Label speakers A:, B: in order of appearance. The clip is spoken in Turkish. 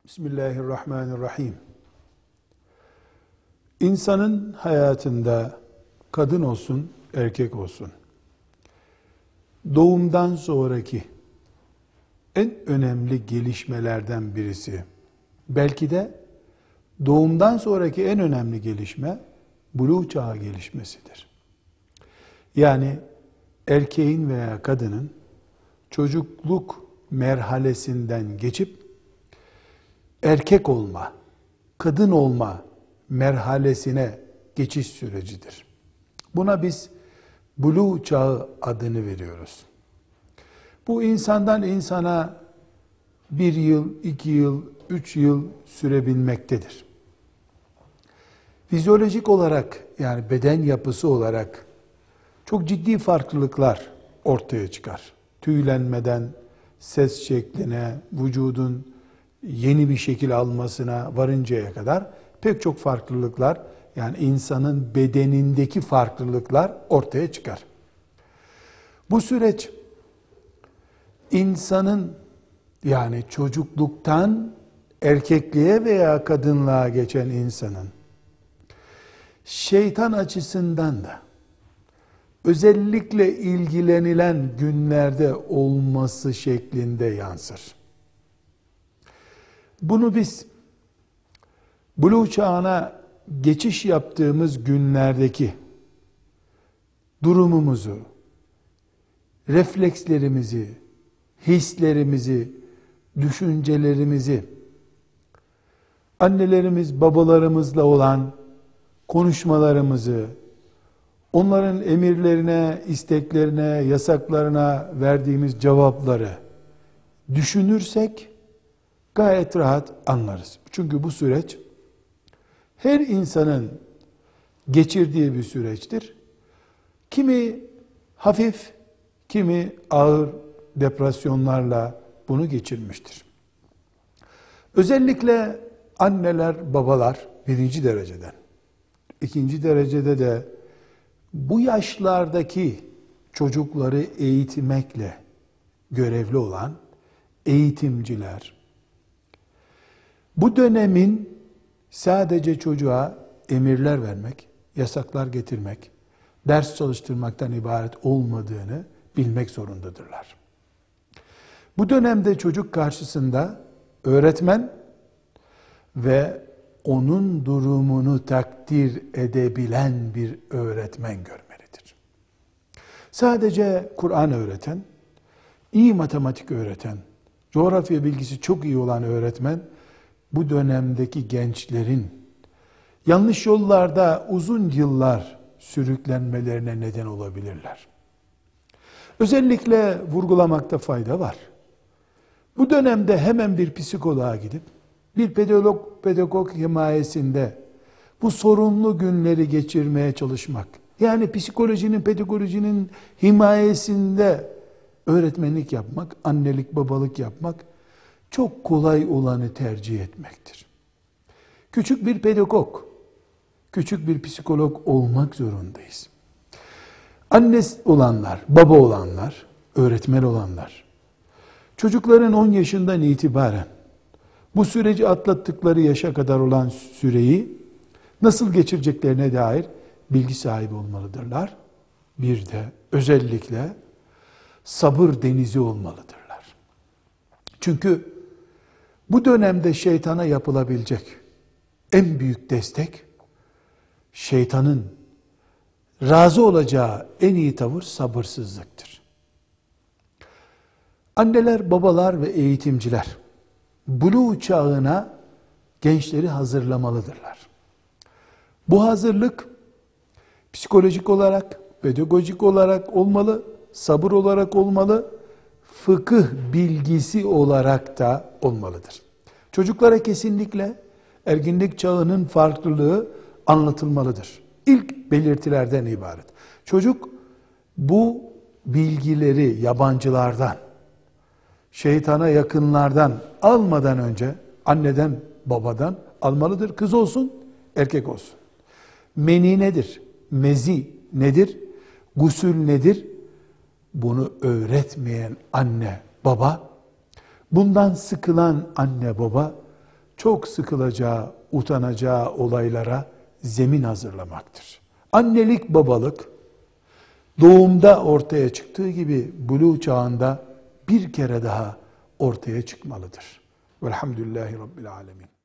A: Bismillahirrahmanirrahim. İnsanın hayatında kadın olsun, erkek olsun, doğumdan sonraki en önemli gelişmelerden birisi, belki de doğumdan sonraki en önemli gelişme, buluğ çağı gelişmesidir. Yani erkeğin veya kadının çocukluk merhalesinden geçip erkek olma, kadın olma merhalesine geçiş sürecidir. Buna biz buluğ çağı adını veriyoruz. Bu insandan insana 1 yıl, 2 yıl, 3 yıl sürebilmektedir. Fizyolojik olarak, yani beden yapısı olarak çok ciddi farklılıklar ortaya çıkar. Tüylenmeden ses şekline, vücudun yeni bir şekil almasına varıncaya kadar pek çok farklılıklar, yani insanın bedenindeki farklılıklar ortaya çıkar. Bu süreç insanın, yani çocukluktan erkekliğe veya kadınlığa geçen insanın şeytan açısından da özellikle ilgilenilen günlerde olması şeklinde yansır. Bunu biz buluğ çağına geçiş yaptığımız günlerdeki durumumuzu, reflekslerimizi, hislerimizi, düşüncelerimizi, annelerimiz, babalarımızla olan konuşmalarımızı, onların emirlerine, isteklerine, yasaklarına verdiğimiz cevapları düşünürsek gayet rahat anlarız. Çünkü bu süreç her insanın geçirdiği bir süreçtir. Kimi hafif, kimi ağır depresyonlarla bunu geçirmiştir. Özellikle anneler, babalar birinci dereceden, ikinci derecede de bu yaşlardaki çocukları eğitmekle görevli olan eğitimciler, bu dönemin sadece çocuğa emirler vermek, yasaklar getirmek, ders çalıştırmaktan ibaret olmadığını bilmek zorundadırlar. Bu dönemde çocuk karşısında öğretmen ve onun durumunu takdir edebilen bir öğretmen görmelidir. Sadece Kur'an öğreten, iyi matematik öğreten, coğrafya bilgisi çok iyi olan öğretmen, bu dönemdeki gençlerin yanlış yollarda uzun yıllar sürüklenmelerine neden olabilirler. Özellikle vurgulamakta fayda var. Bu dönemde hemen bir psikoloğa gidip bir pedagog himayesinde bu sorunlu günleri geçirmeye çalışmak, yani psikolojinin, pedagojinin himayesinde öğretmenlik yapmak, annelik, babalık yapmak çok kolay olanı tercih etmektir. Küçük bir pedagog, küçük bir psikolog olmak zorundayız. Anne olanlar, baba olanlar, öğretmen olanlar, çocukların 10 yaşından itibaren bu süreci atlattıkları yaşa kadar olan süreyi nasıl geçireceklerine dair bilgi sahibi olmalıdırlar. Bir de özellikle sabır denizi olmalıdırlar. Çünkü bu dönemde şeytana yapılabilecek en büyük destek, şeytanın razı olacağı en iyi tavır sabırsızlıktır. Anneler, babalar ve eğitimciler buluğ çağına gençleri hazırlamalıdırlar. Bu hazırlık psikolojik olarak, pedagojik olarak olmalı, sabır olarak olmalı, fıkıh bilgisi olarak da olmalıdır. Çocuklara kesinlikle erginlik çağının farklılığı anlatılmalıdır. İlk belirtilerden ibaret. Çocuk bu bilgileri yabancılardan, şeytana yakınlardan almadan önce anneden, babadan almalıdır. Kız olsun, erkek olsun. Meni nedir? Mezi nedir? Gusül nedir? Bunu öğretmeyen anne, baba, bundan sıkılan anne, baba, çok sıkılacağı, utanacağı olaylara zemin hazırlamaktır. Annelik, babalık doğumda ortaya çıktığı gibi buluğ çağında bir kere daha ortaya çıkmalıdır. Velhamdülillahi Rabbil Alemin.